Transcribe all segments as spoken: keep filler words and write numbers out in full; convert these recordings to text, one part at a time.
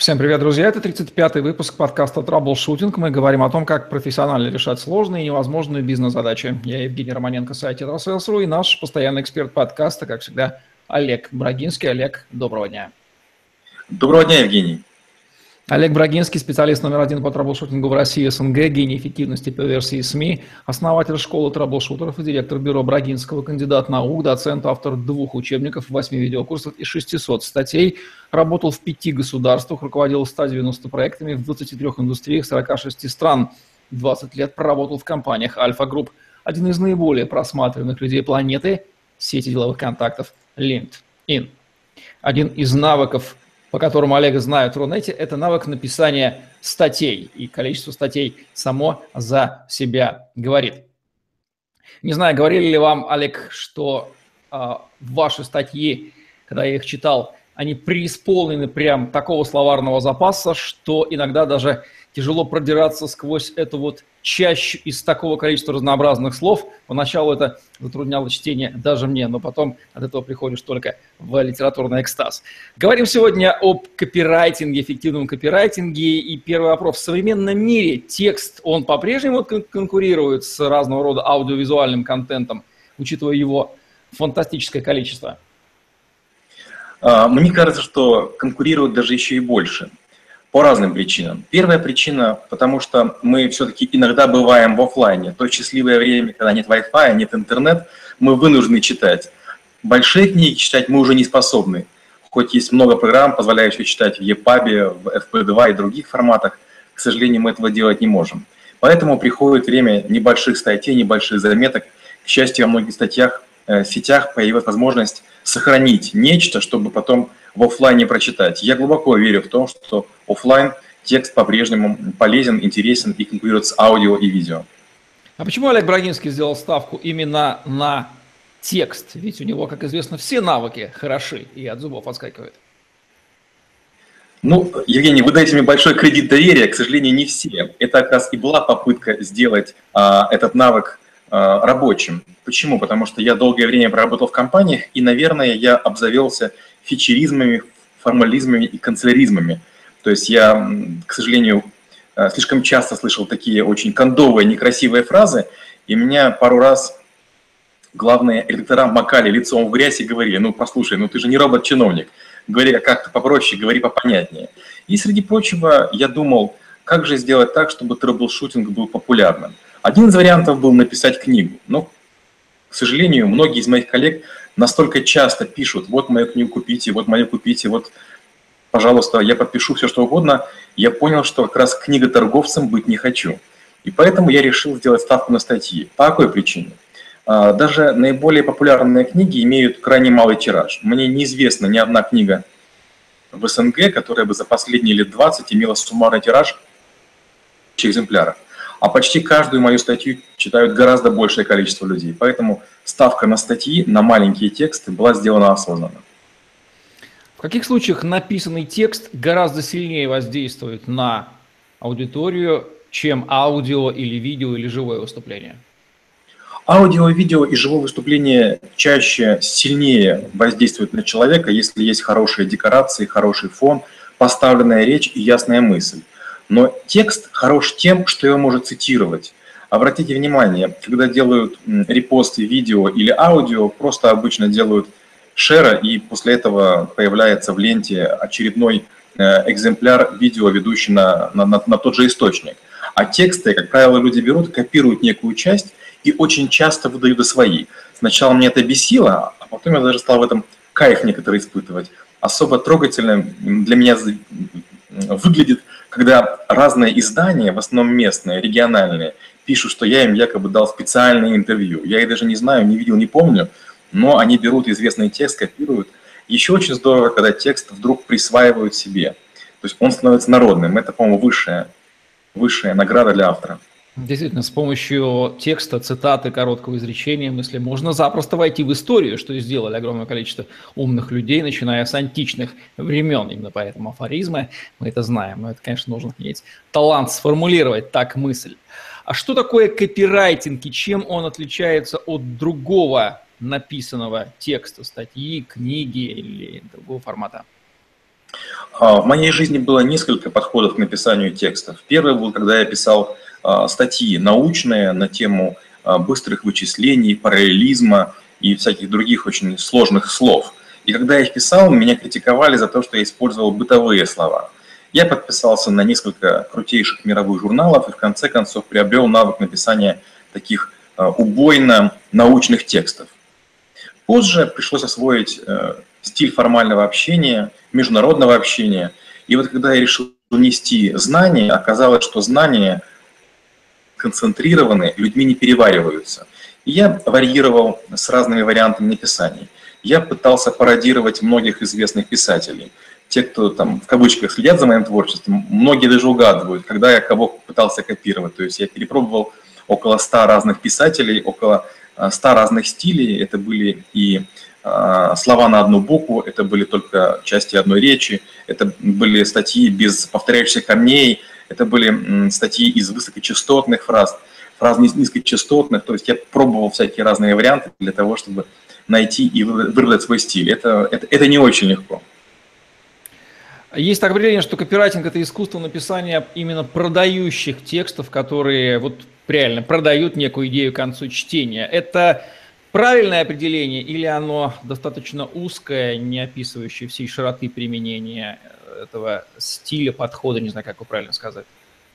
Всем привет, друзья! Это тридцать пятый выпуск подкаста «Траблшутинг». Мы говорим о том, как профессионально решать сложные и невозможные бизнес-задачи. Я Евгений Романенко, сайт Tetrassales точка ру, и наш постоянный эксперт подкаста, как всегда, Олег Брагинский. Олег, доброго дня! Доброго дня, Евгений! Олег Брагинский, специалист номер один по траблшутингу в России и СНГ, гений эффективности по версии СМИ, основатель школы траблшутеров и директор бюро Брагинского, кандидат наук, доцент, автор двух учебников, восьми видеокурсов и шестисот статей, работал в пяти государствах, руководил ста девяноста проектами в двадцати трёх индустриях сорока шести стран, двадцать лет проработал в компаниях Альфа Групп, один из наиболее просматриваемых людей планеты, сети деловых контактов LinkedIn. Один из навыков, по которому Олега знают в Рунете, это навык написания статей. И количество статей само за себя говорит. Не знаю, говорили ли вам, Олег, что э, ваши статьи, когда я их читал, они преисполнены прям такого словарного запаса, что иногда даже тяжело продираться сквозь эту вот чащу из такого количества разнообразных слов. Поначалу это затрудняло чтение даже мне, но потом от этого приходишь только в литературный экстаз. Говорим сегодня об копирайтинге, эффективном копирайтинге. И первый вопрос. В современном мире текст, он по-прежнему конкурирует с разного рода аудиовизуальным контентом, учитывая его фантастическое количество? Мне кажется, что конкурируют даже еще и больше. По разным причинам. Первая причина, потому что мы все-таки иногда бываем в офлайне. То счастливое время, когда нет Wi-Fi, нет интернет, мы вынуждены читать. Большие книги читать мы уже не способны. Хоть есть много программ, позволяющих читать в и паб, в эф пи два и других форматах, к сожалению, мы этого делать не можем. Поэтому приходит время небольших статей, небольших заметок. К счастью, во многих статьях, э, сетях появилась возможность сохранить нечто, чтобы потом в офлайне прочитать. Я глубоко верю в том, что офлайн текст по-прежнему полезен, интересен и конкурирует с аудио и видео. А почему Олег Брагинский сделал ставку именно на текст? Ведь у него, как известно, все навыки хороши и от зубов отскакивают. Ну, Евгений, вы даете мне большой кредит доверия, к сожалению, не все. Это как раз и была попытка сделать а, этот навык а, рабочим. Почему? Потому что я долгое время проработал в компаниях, и, наверное, я обзавелся фичеризмами, формализмами и канцеляризмами. То есть я, к сожалению, слишком часто слышал такие очень кондовые, некрасивые фразы, и меня пару раз главные редактора макали лицом в грязь и говорили: ну, послушай, ну ты же не робот-чиновник, говори как-то попроще, говори попонятнее. И, среди прочего, я думал, как же сделать так, чтобы трэблшутинг был популярным. Один из вариантов был написать книгу, но, к сожалению, многие из моих коллег настолько часто пишут: вот мою книгу купите, вот мою купите, вот, пожалуйста, я подпишу все, что угодно. Я понял, что как раз книготорговцем быть не хочу. И поэтому я решил сделать ставку на статьи. По какой причине? Даже наиболее популярные книги имеют крайне малый тираж. Мне неизвестна ни одна книга в СНГ, которая бы за последние лет двадцать имела суммарный тираж экземпляров. А почти каждую мою статью читают гораздо большее количество людей. Поэтому ставка на статьи, на маленькие тексты была сделана осознанно. В каких случаях написанный текст гораздо сильнее воздействует на аудиторию, чем аудио или видео или живое выступление? Аудио, видео и живое выступление чаще сильнее воздействуют на человека, если есть хорошие декорации, хороший фон, поставленная речь и ясная мысль. Но текст хорош тем, что его может цитировать. Обратите внимание, когда делают репосты видео или аудио, просто обычно делают шера, и после этого появляется в ленте очередной экземпляр видео, ведущий на, на, на тот же источник. А тексты, как правило, люди берут, копируют некую часть и очень часто выдают за свои. Сначала мне это бесило, а потом я даже стал в этом кайф некоторый испытывать. Особо трогательно для меня выглядит, когда разные издания, в основном местные, региональные, пишут, что я им якобы дал специальное интервью. Я их даже не знаю, не видел, не помню, но они берут известный текст, копируют. Еще очень здорово, когда текст вдруг присваивают себе. То есть он становится народным. Это, по-моему, высшая, высшая награда для автора. Действительно, с помощью текста, цитаты, короткого изречения, мысли можно запросто войти в историю, что и сделали огромное количество умных людей, начиная с античных времен. Именно поэтому афоризмы, мы это знаем. Но это, конечно, нужно иметь талант сформулировать так мысль. А что такое копирайтинг и чем он отличается от другого написанного текста, статьи, книги или другого формата? В моей жизни было несколько подходов к написанию текстов. Первый был, когда я писал статьи научные на тему быстрых вычислений, параллелизма и всяких других очень сложных слов. И когда я их писал, меня критиковали за то, что я использовал бытовые слова. Я подписался на несколько крутейших мировых журналов и в конце концов приобрел навык написания таких убойно-научных текстов. Позже пришлось освоить стиль формального общения, международного общения. И вот когда я решил нести знания, оказалось, что знания концентрированы, людьми не перевариваются. И я варьировал с разными вариантами написания. Я пытался пародировать многих известных писателей. Те, кто там в кавычках следят за моим творчеством, многие даже угадывают, когда я кого пытался копировать. То есть я перепробовал около ста разных писателей, около ста разных стилей. Это были и слова на одну букву, это были только части одной речи, это были статьи без повторяющихся камней, это были статьи из высокочастотных фраз, фраз низкочастотных. То есть я пробовал всякие разные варианты для того, чтобы найти и выработать свой стиль. Это, это, это не очень легко. Есть такое определение, что копирайтинг – это искусство написания именно продающих текстов, которые вот реально продают некую идею к концу чтения. Это правильное определение или оно достаточно узкое, не описывающее всей широты применения этого стиля, подхода, не знаю, как его правильно сказать?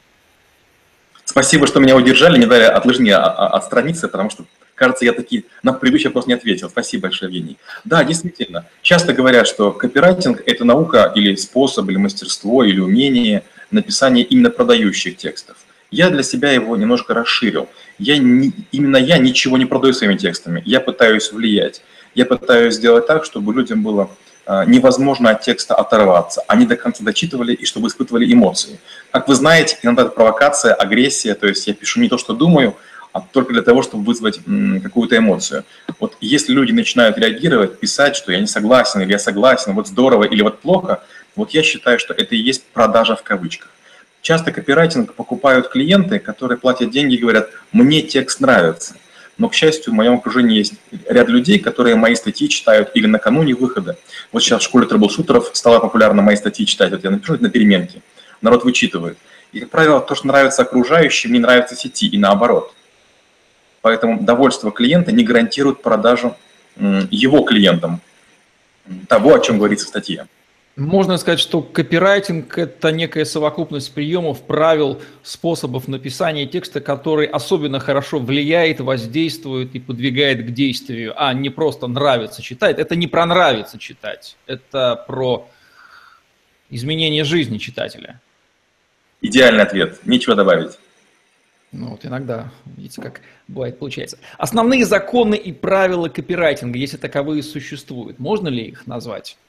Спасибо, что меня удержали, не дали от лыжни отстраниться, потому что, кажется, я таки на предыдущий вопрос не ответил. Спасибо большое, Евгений. Да, действительно, часто говорят, что копирайтинг – это наука или способ, или мастерство, или умение написания именно продающих текстов. Я для себя его немножко расширил. Я не, именно я ничего не продаю своими текстами. Я пытаюсь влиять. Я пытаюсь сделать так, чтобы людям было э, невозможно от текста оторваться. Они до конца дочитывали и чтобы испытывали эмоции. Как вы знаете, иногда это провокация, агрессия. То есть я пишу не то, что думаю, а только для того, чтобы вызвать м, какую-то эмоцию. Вот если люди начинают реагировать, писать, что я не согласен, или я согласен, вот здорово, или вот плохо, вот я считаю, что это и есть продажа в кавычках. Часто копирайтинг покупают клиенты, которые платят деньги и говорят: «Мне текст нравится». Но, к счастью, в моем окружении есть ряд людей, которые мои статьи читают или накануне выхода. Вот сейчас в школе трэблшутеров стало популярно мои статьи читать. Вот я напишу на переменке, народ вычитывает. И, как правило, то, что нравится окружающим, не нравится сети, и наоборот. Поэтому довольство клиента не гарантирует продажу его клиентам того, о чем говорится в статье. Можно сказать, что копирайтинг – это некая совокупность приемов, правил, способов написания текста, который особенно хорошо влияет, воздействует и подвигает к действию, а не просто нравится читать. Это не про нравится читать, это про изменение жизни читателя. Идеальный ответ, нечего добавить. Ну вот иногда, видите, как бывает, получается. Основные законы и правила копирайтинга, если таковые существуют, можно ли их назвать?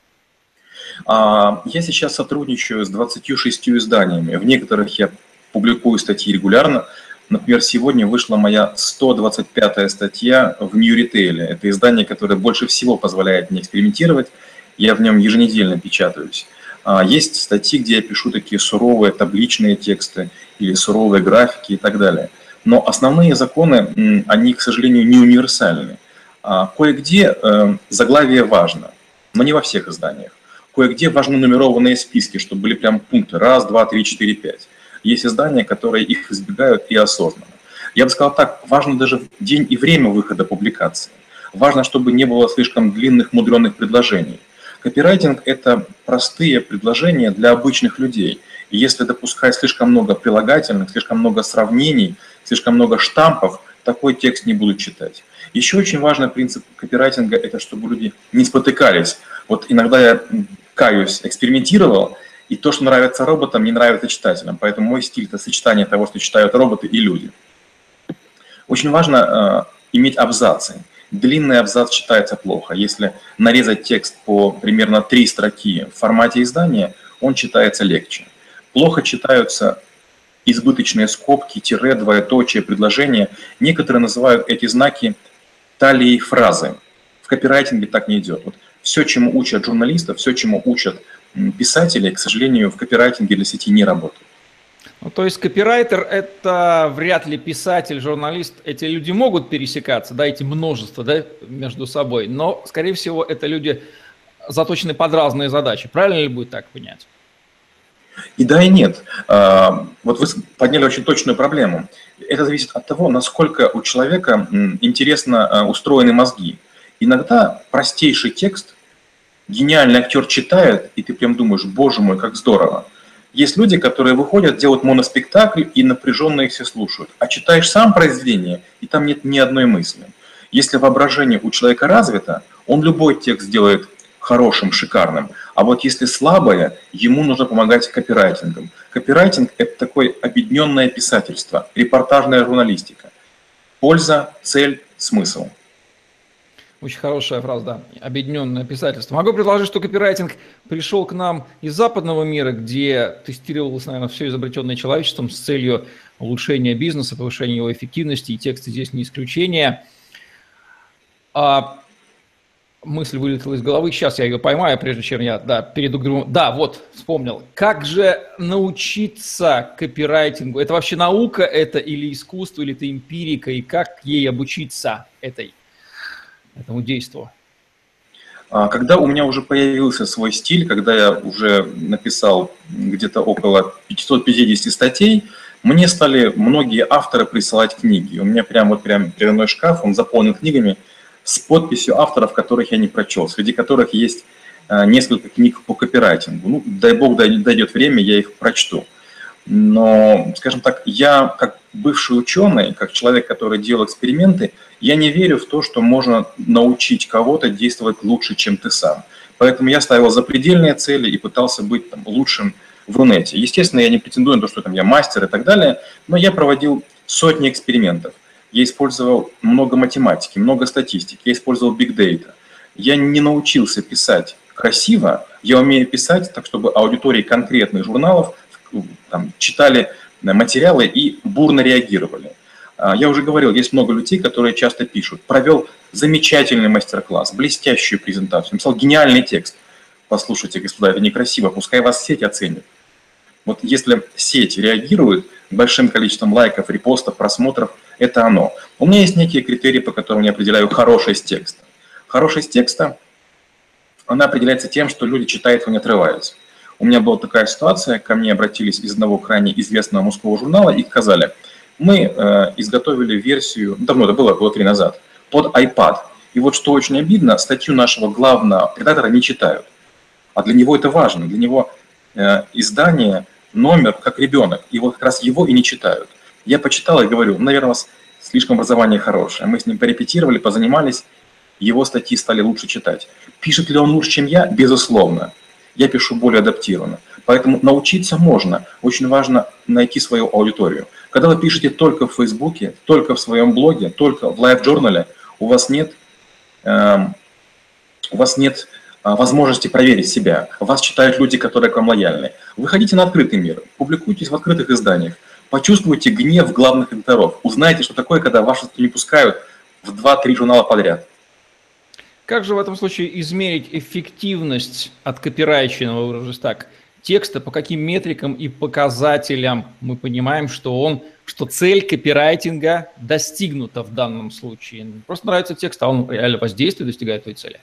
Я сейчас сотрудничаю с двадцатью шестью изданиями. В некоторых я публикую статьи регулярно. Например, сегодня вышла моя сто двадцать пятая статья в New Retail. Это издание, которое больше всего позволяет мне экспериментировать. Я в нем еженедельно печатаюсь. Есть статьи, где я пишу такие суровые табличные тексты или суровые графики и так далее. Но основные законы, они, к сожалению, не универсальны. Кое-где заглавие важно, но не во всех изданиях. Кое-где важны нумерованные списки, чтобы были прям пункты раз, два, три, четыре, пять. Есть издания, которые их избегают и осознанно. Я бы сказал так, важно даже день и время выхода публикации. Важно, чтобы не было слишком длинных, мудреных предложений. Копирайтинг – это простые предложения для обычных людей. И если допускать слишком много прилагательных, слишком много сравнений, слишком много штампов, такой текст не будут читать. Еще очень важный принцип копирайтинга – это чтобы люди не спотыкались. Вот иногда я, каюсь, экспериментировал, и то, что нравится роботам, не нравится читателям. Поэтому мой стиль – это сочетание того, что читают роботы и люди. Очень важно э, иметь абзацы. Длинный абзац читается плохо. Если нарезать текст по примерно три строки в формате издания, он читается легче. Плохо читаются избыточные скобки, тире, двоеточие, предложения. Некоторые называют эти знаки талией фразы. В копирайтинге так не идет. Вот все, чему учат журналистов, все, чему учат писателей, к сожалению, в копирайтинге для сети не работает. Ну, то есть копирайтер – это вряд ли писатель, журналист. Эти люди могут пересекаться, да, эти множества, да, между собой, но, скорее всего, это люди заточены под разные задачи. Правильно ли будет так понять? И да, и нет. Вот вы подняли очень точную проблему. Это зависит от того, насколько у человека интересно устроены мозги. Иногда простейший текст гениальный актер читает, и ты прям думаешь, боже мой, как здорово. Есть люди, которые выходят, делают моноспектакль, и напряженно их все слушают. А читаешь сам произведение, и там нет ни одной мысли. Если воображение у человека развито, он любой текст делает хорошим, шикарным. А вот если слабое, ему нужно помогать копирайтингом. Копирайтинг – это такое объединенное писательство, репортажная журналистика. Польза, цель, смысл. Очень хорошая фраза, да. Объединенное писательство. Могу предложить, что копирайтинг пришел к нам из западного мира, где тестировалось, наверное, все изобретенное человечеством с целью улучшения бизнеса, повышения его эффективности, и тексты здесь не исключение. А мысль вылетела из головы, сейчас я ее поймаю, прежде чем я да, перейду к другому. Да, вот, вспомнил. Как же научиться копирайтингу? Это вообще наука это или искусство, или это эмпирика, и как ей обучиться этой? этому действию? Когда у меня уже появился свой стиль, когда я уже написал где-то около пятьсот пятьдесят статей, мне стали многие авторы присылать книги. У меня прям вот прям передо шкаф, он заполнен книгами с подписью авторов, которых я не прочел, среди которых есть несколько книг по копирайтингу. Ну, дай бог, дойдет время, я их прочту. Но, скажем так, я как бывший ученый, как человек, который делал эксперименты, я не верю в то, что можно научить кого-то действовать лучше, чем ты сам. Поэтому я ставил запредельные цели и пытался быть там, лучшим в Рунете. Естественно, я не претендую на то, что там, я мастер и так далее, но я проводил сотни экспериментов. Я использовал много математики, много статистики, я использовал big data. Я не научился писать красиво, я умею писать так, чтобы аудитории конкретных журналов там, читали материалы и бурно реагировали. Я уже говорил, есть много людей, которые часто пишут. Провел замечательный мастер-класс, блестящую презентацию, написал гениальный текст. Послушайте, господа, это некрасиво, пускай вас сеть оценит. Вот если сеть реагирует большим количеством лайков, репостов, просмотров, это оно. У меня есть некие критерии, по которым я определяю хорошесть текста. Хорошесть текста, она определяется тем, что люди читают его не отрываясь. У меня была такая ситуация, ко мне обратились из одного крайне известного мужского журнала и сказали, мы э, изготовили версию, давно это было, года три назад, под iPad. И вот что очень обидно, статью нашего главного редактора не читают. А для него это важно, для него э, издание, номер как ребенок, и вот как раз его и не читают. Я почитал и говорю, наверное, у вас слишком образование хорошее. Мы с ним порепетировали, позанимались, его статьи стали лучше читать. Пишет ли он лучше, чем я? Безусловно. Я пишу более адаптированно. Поэтому научиться можно. Очень важно найти свою аудиторию. Когда вы пишете только в Фейсбуке, только в своем блоге, только в лайв-журнале, у вас нет, э, у вас нет э, возможности проверить себя. Вас читают люди, которые к вам лояльны. Выходите на открытый мир, публикуйтесь в открытых изданиях, почувствуйте гнев главных редакторов, узнайте, что такое, когда ваши статьи не пускают в два-три журнала подряд. Как же в этом случае измерить эффективность от копирайченного, выражусь так, текста, по каким метрикам и показателям мы понимаем, что он, что цель копирайтинга достигнута в данном случае? Просто нравится текст, а он реально воздействует, достигает той цели.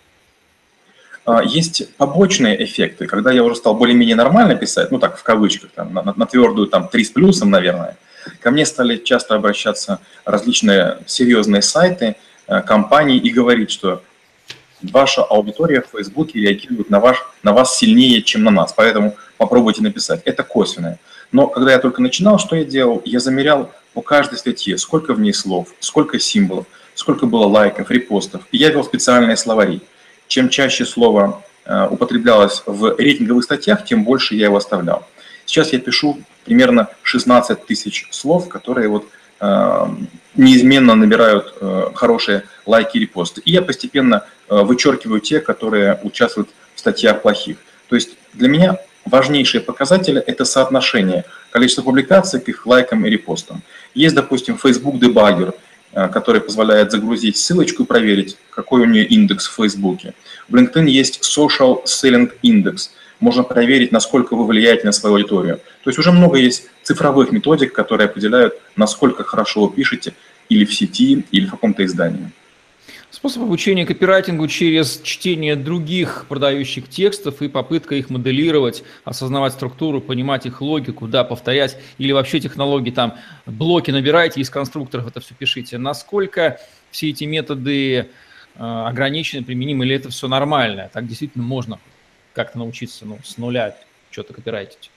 Есть побочные эффекты. Когда я уже стал более-менее нормально писать, ну так в кавычках, там, на, на твердую там три с плюсом, наверное, ко мне стали часто обращаться различные серьезные сайты, компании и говорить, что ваша аудитория в Фейсбуке реагирует на, ваш, на вас сильнее, чем на нас, поэтому попробуйте написать. Это косвенное. Но когда я только начинал, что я делал? Я замерял по каждой статье, сколько в ней слов, сколько символов, сколько было лайков, репостов. И я вел специальные словари. Чем чаще слово э, употреблялось в рейтинговых статьях, тем больше я его оставлял. Сейчас я пишу примерно шестнадцать тысяч слов, которые вот, э, неизменно набирают э, хорошие лайки и репосты. И я постепенно э, вычеркиваю те, которые участвуют в статьях плохих. То есть для меня важнейшие показатели – это соотношение количества публикаций к их лайкам и репостам. Есть, допустим, Facebook Debugger, э, который позволяет загрузить ссылочку и проверить, какой у нее индекс в Фейсбуке. В LinkedIn есть Social Selling Index. Можно проверить, насколько вы влияете на свою аудиторию. То есть уже много есть цифровых методик, которые определяют, насколько хорошо вы пишете или в сети, или в каком-то издании. Способ обучения копирайтингу через чтение других продающих текстов и попытка их моделировать, осознавать структуру, понимать их логику, да, повторять, или вообще технологии, там, блоки набирайте, из конструкторов это все пишите. Насколько все эти методы э, ограничены, применимы, или это все нормально? Так действительно можно как-то научиться, ну, с нуля что-то копирайтить?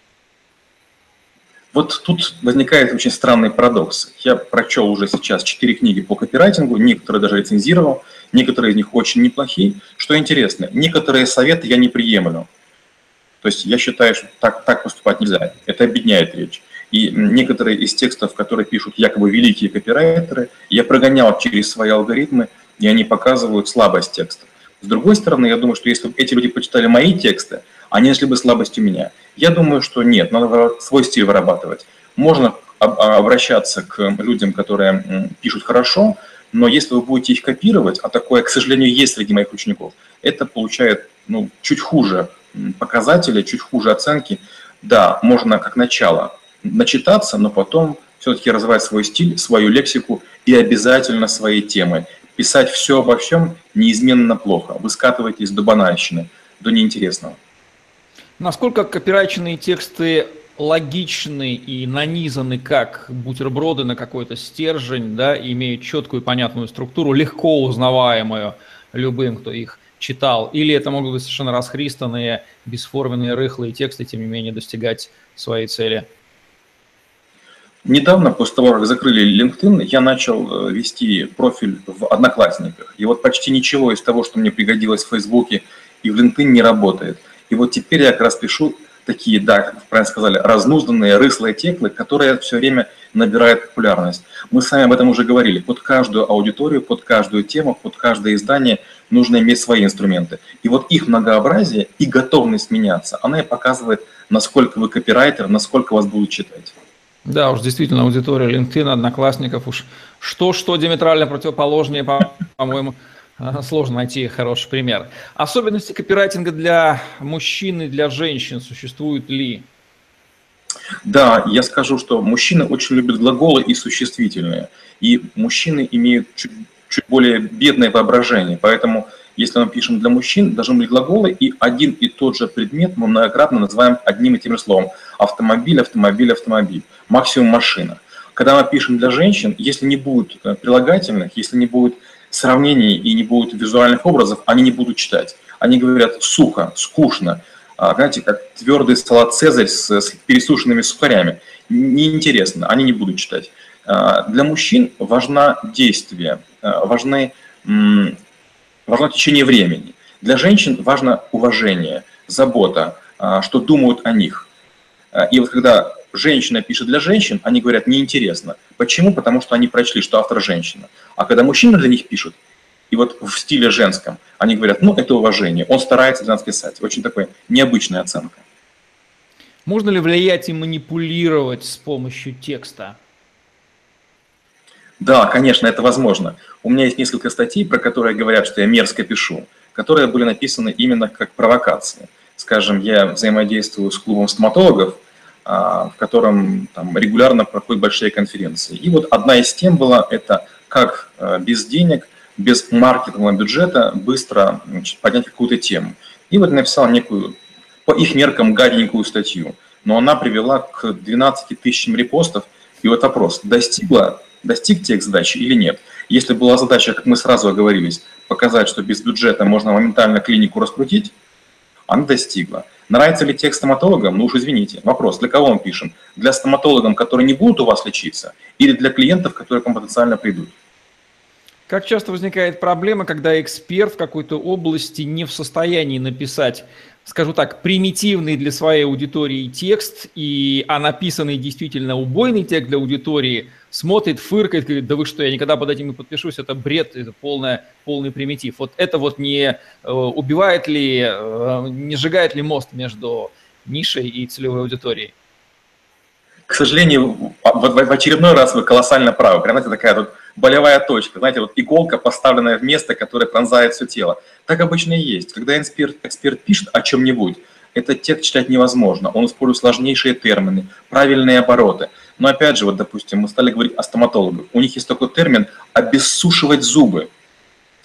Вот тут возникает очень странный парадокс. Я прочел уже сейчас четыре книги по копирайтингу, некоторые даже рецензировал, некоторые из них очень неплохие. Что интересно, некоторые советы я не приемлю. То есть я считаю, что так, так поступать нельзя. Это объединяет речь. И некоторые из текстов, которые пишут якобы великие копирайтеры, я прогонял через свои алгоритмы, и они показывают слабость текста. С другой стороны, я думаю, что если бы эти люди почитали мои тексты, они нашли бы слабость у меня. Я думаю, что нет, надо свой стиль вырабатывать. Можно обращаться к людям, которые пишут хорошо, но если вы будете их копировать, а такое, к сожалению, есть среди моих учеников, это получает ну, чуть хуже показатели, чуть хуже оценки. Да, можно как начало начитаться, но потом все-таки развивать свой стиль, свою лексику и обязательно свои темы. Писать все обо всем неизменно плохо. Вы скатываетесь до банальщины, до неинтересного. Насколько копирайченные тексты логичны и нанизаны как бутерброды на какой-то стержень, да, и имеют четкую и понятную структуру, легко узнаваемую любым, кто их читал, или это могут быть совершенно расхристанные, бесформенные, рыхлые тексты, тем не менее достигать своей цели? Недавно, после того, как закрыли LinkedIn, я начал вести профиль в Одноклассниках. И вот почти ничего из того, что мне пригодилось в Фейсбуке и в LinkedIn, не работает. И вот теперь я как раз пишу такие, да, как вы правильно сказали, разнузданные, рыслые тексты, которые все время набирают популярность. Мы с вами об этом уже говорили. Под каждую аудиторию, под каждую тему, под каждое издание нужно иметь свои инструменты. И вот их многообразие и готовность меняться, она и показывает, насколько вы копирайтер, насколько вас будут читать. Да, уж действительно, аудитория LinkedIn, Одноклассников, уж что-что диаметрально противоположнее, по-моему, сложно найти хороший пример. Особенности копирайтинга для мужчин и для женщин существуют ли? Да, я скажу, что мужчины очень любят глаголы и существительные. И мужчины имеют чуть, чуть более бедное воображение. Поэтому, если мы пишем для мужчин, должны быть глаголы, и один и тот же предмет мы многократно называем одним и тем же словом. Автомобиль, автомобиль, автомобиль. Максимум машина. Когда мы пишем для женщин, если не будет прилагательных, если не будет сравнений и не будет визуальных образов, они не будут читать. Они говорят сухо, скучно, знаете, как твердый салат «Цезарь» с, с пересушенными сухарями. Неинтересно, они не будут читать. Для мужчин важно действие, важны, важно течение времени. Для женщин важно уважение, забота, что думают о них. И вот когда женщина пишет для женщин, они говорят неинтересно. Почему? Потому что они прочли, что автор женщина. А когда мужчина для них пишут, и вот в стиле женском, они говорят, ну, это уважение, он старается для нас писать. Очень такая необычная оценка. Можно ли влиять и манипулировать с помощью текста? Да, конечно, это возможно. У меня есть несколько статей, про которые говорят, что я мерзко пишу, которые были написаны именно как провокации. Скажем, я взаимодействую с клубом стоматологов, в котором там регулярно проходят большие конференции. И вот одна из тем была это, как без денег, без маркетингового бюджета быстро, значит, поднять какую-то тему. И вот написал некую, по их меркам, гаденькую статью. Но она привела к двенадцати тысячам репостов. И вот вопрос, достигла, достиг текст задачи или нет? Если была задача, как мы сразу оговорились, показать, что без бюджета можно моментально клинику раскрутить, она достигла. Нравится ли текст стоматологам? Ну уж извините. Вопрос, для кого мы пишем? Для стоматологов, которые не будут у вас лечиться, или для клиентов, которые к вам потенциально придут? Как часто возникает проблема, когда эксперт в какой-то области не в состоянии написать, скажу так, примитивный для своей аудитории текст, и, а написанный действительно убойный текст для аудитории, смотрит, фыркает, говорит, да вы что, я никогда под этим не подпишусь, это бред, это полная, полный примитив. Вот это вот не э, убивает ли, э, не сжигает ли мост между нишей и целевой аудиторией? К сожалению, в очередной раз вы колоссально правы. Прям, знаете, такая вот болевая точка. Знаете, вот иголка, поставленная в место, которое пронзает все тело. Так обычно и есть. Когда эксперт, эксперт пишет о чем-нибудь, этот текст читать невозможно. Он использует сложнейшие термины, правильные обороты. Но опять же, вот, допустим, мы стали говорить о стоматологах. У них есть такой термин «обессушивать зубы».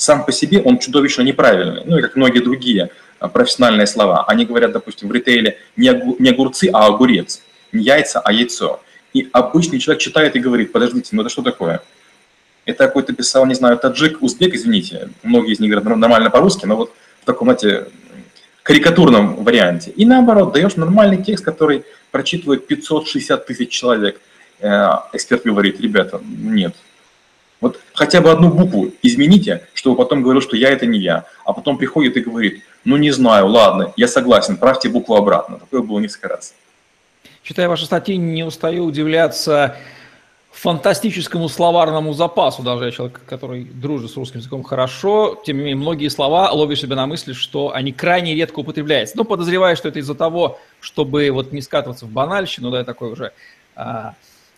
сам по себе он чудовищно неправильный, ну и как многие другие профессиональные слова. Они говорят, допустим, в ритейле не, огур, не огурцы, а огурец, не яйца, а яйцо. И обычный человек читает и говорит, подождите, ну это что такое? Это какой-то писал, не знаю, таджик, узбек, извините, многие из них говорят нормально по-русски, но вот в таком, знаете, карикатурном варианте. И наоборот, даешь нормальный текст, который прочитывает пятьсот шестьдесят тысяч человек. Эксперт говорит, ребята, нет. Вот хотя бы одну букву измените, чтобы потом говорил, что я это не я. А потом приходит и говорит, ну не знаю, ладно, я согласен, правьте букву обратно. Такое было несколько раз. Читая ваши статьи, не устаю удивляться фантастическому словарному запасу. Даже я человек, который дружит с русским языком хорошо, тем не менее, многие слова ловишь себя на мысли, что они крайне редко употребляются. Ну, подозреваю, что это из-за того, чтобы вот не скатываться в банальщину, да, такой уже а,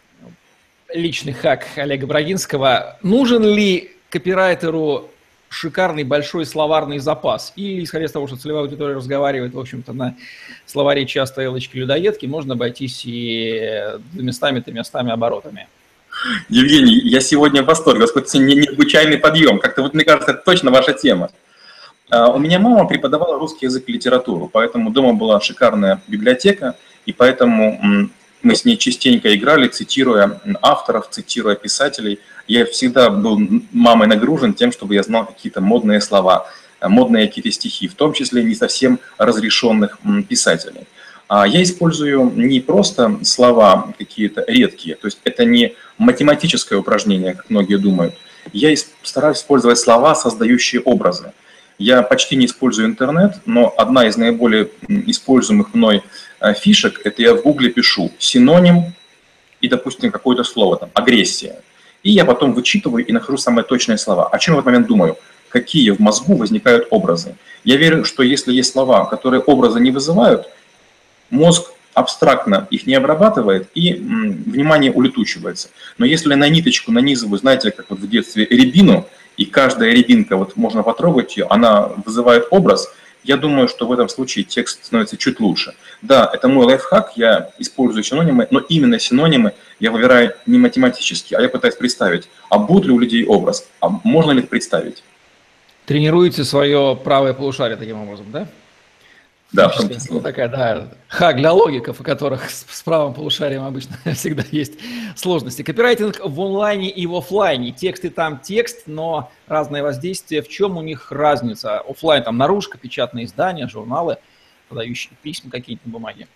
личный хак Олега Брагинского. Нужен ли копирайтеру шикарный большой словарный запас? Или, исходя из того, что целевая аудитория разговаривает, в общем-то, на словаре часто элочки-людоедки, можно обойтись и двумястами-тремястами оборотами? Евгений, я сегодня в восторге. Какой-то необычайный подъем. Как-то, вот, мне кажется, это точно ваша тема. У меня мама преподавала русский язык и литературу, поэтому дома была шикарная библиотека, и поэтому мы с ней частенько играли, цитируя авторов, цитируя писателей. Я всегда был мамой нагружен тем, чтобы я знал какие-то модные слова, модные какие-то стихи, в том числе не совсем разрешенных писателей. Я использую не просто слова какие-то редкие, то есть это не математическое упражнение, как многие думают. Я стараюсь использовать слова, создающие образы. Я почти не использую интернет, но одна из наиболее используемых мной фишек – это я в гугле пишу синоним и, допустим, какое-то слово, там, агрессия. И я потом вычитываю и нахожу самые точные слова. О чем я в этот момент думаю? Какие в мозгу возникают образы? Я верю, что если есть слова, которые образы не вызывают, мозг абстрактно их не обрабатывает, и м, внимание улетучивается. Но если на ниточку нанизываю, знаете, как вот в детстве рябину, и каждая рябинка, вот можно потрогать ее, она вызывает образ, я думаю, что в этом случае текст становится чуть лучше. Да, это мой лайфхак, я использую синонимы, но именно синонимы я выбираю не математически, а я пытаюсь представить, а будет ли у людей образ, а можно ли это представить. Тренируете свое правое полушарие таким образом, да? Да, вот такая, да, хак для логиков, у которых с, с правым полушарием обычно всегда есть сложности. Копирайтинг в онлайне и в офлайне. Текст и там текст, но разное воздействие. В чем у них разница? Офлайн, там наружка, печатные издания, журналы, подающие письма какие-то на бумаге.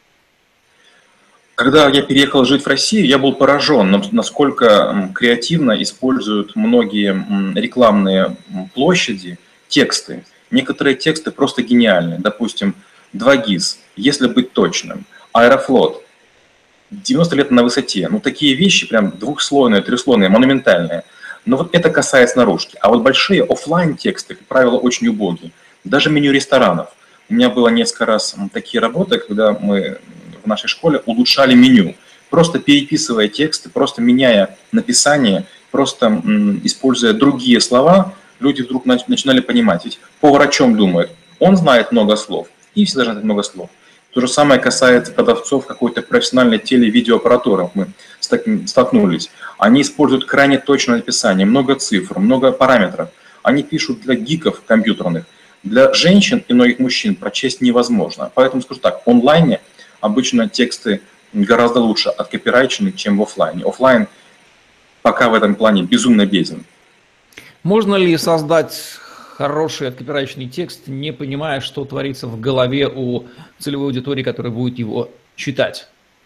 Когда я переехал жить в Россию, я был поражен, насколько креативно используют многие рекламные площади тексты. Некоторые тексты просто гениальны. Допустим, два гис, если быть точным, Аэрофлот, девяносто лет на высоте. Ну, такие вещи прям двухслойные, трехслойные, монументальные. Но вот это касается наружки. А вот большие офлайн тексты, как правило, очень убогие. Даже меню ресторанов. У меня было несколько раз такие работы, когда мы в нашей школе улучшали меню. Просто переписывая тексты, просто меняя написание, просто м, используя другие слова, люди вдруг начинали понимать. Ведь повар о чем думает? Он знает много слов. И все должны знать много слов. То же самое касается продавцов какой-то профессиональной теле-видеоаппаратуры. Мы с таким столкнулись. Они используют крайне точное написание, много цифр, много параметров. Они пишут для гиков компьютерных. Для женщин и многих мужчин прочесть невозможно. Поэтому скажу так, в онлайне обычно тексты гораздо лучше откопирайчены, чем в офлайне. Офлайн пока в этом плане безумно беден. Можно ли создать хороший откопирайченный текст, не понимая, что творится в голове у целевой аудитории, которая будет его читать?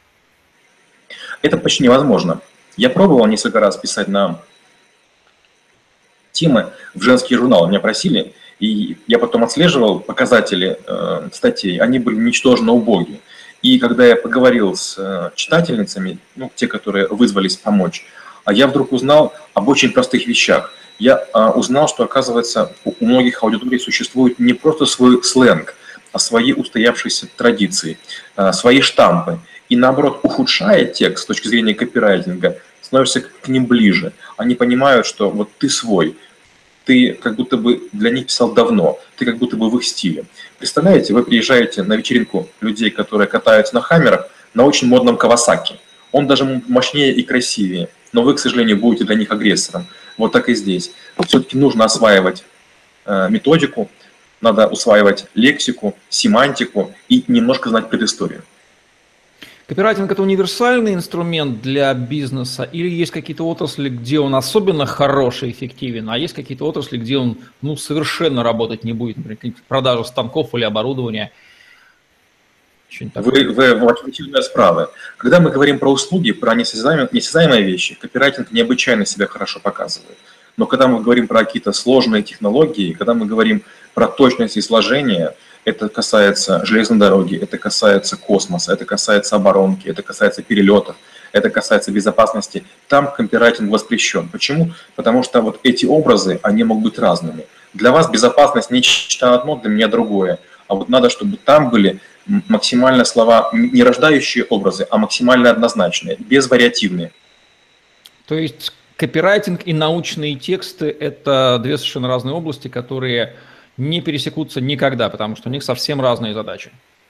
Это почти невозможно. Я пробовал несколько раз писать на темы в женские журналы. Меня просили, и я потом отслеживал показатели э, статей. Они были ничтожно убогие. И когда я поговорил с э, читательницами, ну, те, которые вызвались помочь, я вдруг узнал об очень простых вещах. Я а, узнал, что, оказывается, у, у многих аудиторий существует не просто свой сленг, а свои устоявшиеся традиции, а, свои штампы. И наоборот, ухудшая текст с точки зрения копирайтинга, становишься к ним ближе. Они понимают, что вот ты свой, ты как будто бы для них писал давно, ты как будто бы в их стиле. Представляете, вы приезжаете на вечеринку людей, которые катаются на хаммерах, на очень модном Кавасаки. Он даже мощнее и красивее, но вы, к сожалению, будете для них агрессором. Вот так и здесь. Все-таки нужно осваивать методику, надо усваивать лексику, семантику и немножко знать предысторию. Копирайтинг – это универсальный инструмент для бизнеса или есть какие-то отрасли, где он особенно хороший, эффективен, а есть какие-то отрасли, где он ну, совершенно работать не будет, например, продажа станков или оборудования? Вы, вы очень справы. Когда мы говорим про услуги, про несознаемые, несознаемые вещи, копирайтинг необычайно себя хорошо показывает. Но когда мы говорим про какие-то сложные технологии, когда мы говорим про точность изложения, это касается железной дороги, это касается космоса, это касается оборонки, это касается перелетов, это касается безопасности, там копирайтинг воспрещен. Почему? Потому что вот эти образы, они могут быть разными. Для вас безопасность нечто одно, для меня другое. А вот надо, чтобы там были максимально слова, не рождающие образы, а максимально однозначные, безвариативные. То есть копирайтинг и научные тексты – это две совершенно разные области, которые не пересекутся никогда, потому что у них совсем разные задачи.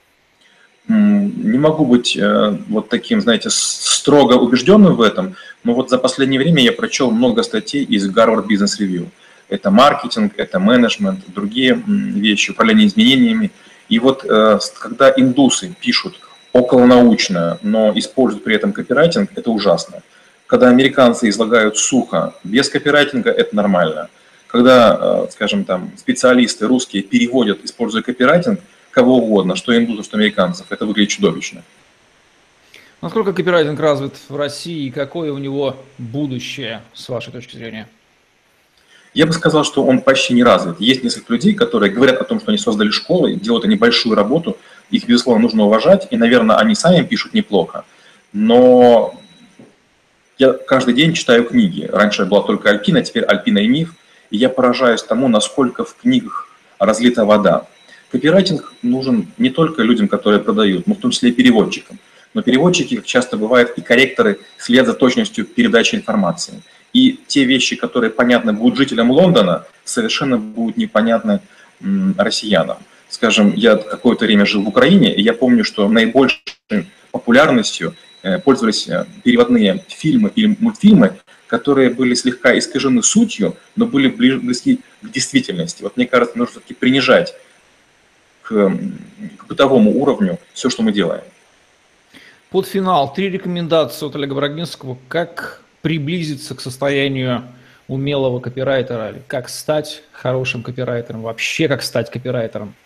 Не могу быть э, вот таким, знаете, строго убежденным в этом, но вот за последнее время я прочел много статей из Harvard Business Review. Это маркетинг, это менеджмент, другие вещи, управление изменениями. И вот э, когда индусы пишут околонаучно, но используют при этом копирайтинг, это ужасно. Когда американцы излагают сухо, без копирайтинга, это нормально. Когда, скажем, там, специалисты русские переводят, используя копирайтинг, кого угодно, что индусов, что американцев, это выглядит чудовищно. Насколько копирайтинг развит в России и какое у него будущее, с вашей точки зрения? Я бы сказал, что он почти не развит. Есть несколько людей, которые говорят о том, что они создали школы, делают они большую работу, их, безусловно, нужно уважать, и, наверное, они сами пишут неплохо. Но я каждый день читаю книги. Раньше была только Альпина, теперь Альпина и Миф. И я поражаюсь тому, насколько в книгах разлита вода. Копирайтинг нужен не только людям, которые продают, но в том числе и переводчикам. Но переводчики, как часто бывает, и корректоры следят за точностью передачи информации. И те вещи, которые понятны будут жителям Лондона, совершенно будут непонятны м, россиянам. Скажем, я какое-то время жил в Украине, и я помню, что наибольшей популярностью э, пользовались переводные фильмы или мультфильмы, которые были слегка искажены сутью, но были близки к действительности. Вот мне кажется, нужно все-таки принижать к, к бытовому уровню все, что мы делаем. Под финал три рекомендации от Олега Брагинского, как приблизиться к состоянию умелого копирайтера, или как стать хорошим копирайтером, вообще как стать копирайтером.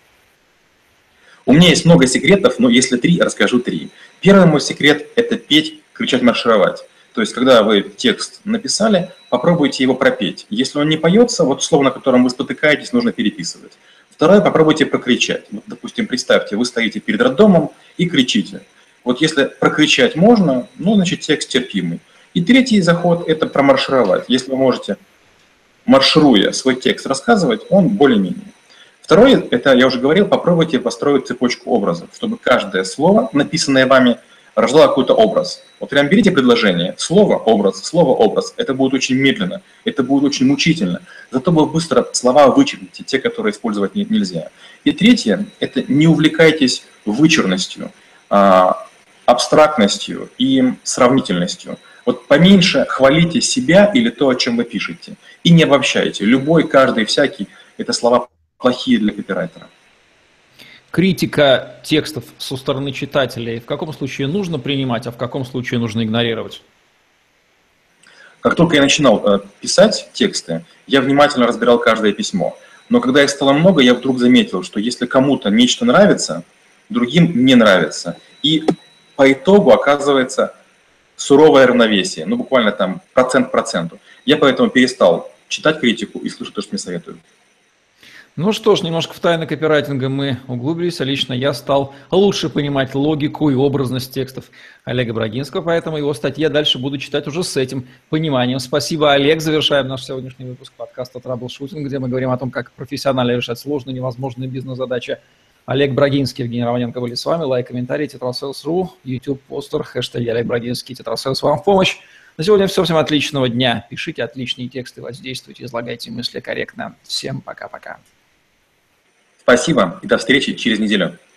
У меня есть много секретов, но если три, расскажу три. Первый мой секрет – это петь, кричать, маршировать. То есть, когда вы текст написали, попробуйте его пропеть. Если он не поется, вот слово, на котором вы спотыкаетесь, нужно переписывать. Второе, попробуйте прокричать. Вот, допустим, представьте, вы стоите перед роддомом и кричите. Вот если прокричать можно, ну, значит, текст терпимый. И третий заход – это промаршировать. Если вы можете, маршируя свой текст, рассказывать, он более-менее. Второе – это, я уже говорил, попробуйте построить цепочку образов, чтобы каждое слово, написанное вами, рождало какой-то образ. Вот прям берите предложение, слово, образ, слово, образ. Это будет очень медленно, это будет очень мучительно. Зато вы быстро слова вычеркните, те, которые использовать не, нельзя. И третье – это не увлекайтесь вычурностью, а, абстрактностью и сравнительностью. Вот поменьше хвалите себя или то, о чем вы пишете. И не обобщайте. Любой, каждый, всякий – это слова плохие для копирайтера. Критика текстов со стороны читателей в каком случае нужно принимать, а в каком случае нужно игнорировать? Как только я начинал э, писать тексты, я внимательно разбирал каждое письмо. Но когда их стало много, я вдруг заметил, что если кому-то нечто нравится, другим не нравится. И по итогу оказывается суровое равновесие, ну буквально там процент к проценту. Я поэтому перестал читать критику и слушать то, что мне советуют. Ну что ж, немножко в тайны копирайтинга мы углубились, а лично я стал лучше понимать логику и образность текстов Олега Брагинского, поэтому его статьи я дальше буду читать уже с этим пониманием. Спасибо, Олег. Завершаем наш сегодняшний выпуск подкаста «Траблшутинг», где мы говорим о том, как профессионально решать сложные невозможные бизнес-задачи. Олег Брагинский, Евгений Романенко были с вами. Лайк, комментарий, тетрасейлс точка ру, YouTube, постер, хэштег Олег Брагинский, тетрасейлс вам в помощь. На сегодня все. Всем отличного дня. Пишите отличные тексты, воздействуйте, излагайте мысли корректно. Всем пока-пока. Спасибо и до встречи через неделю.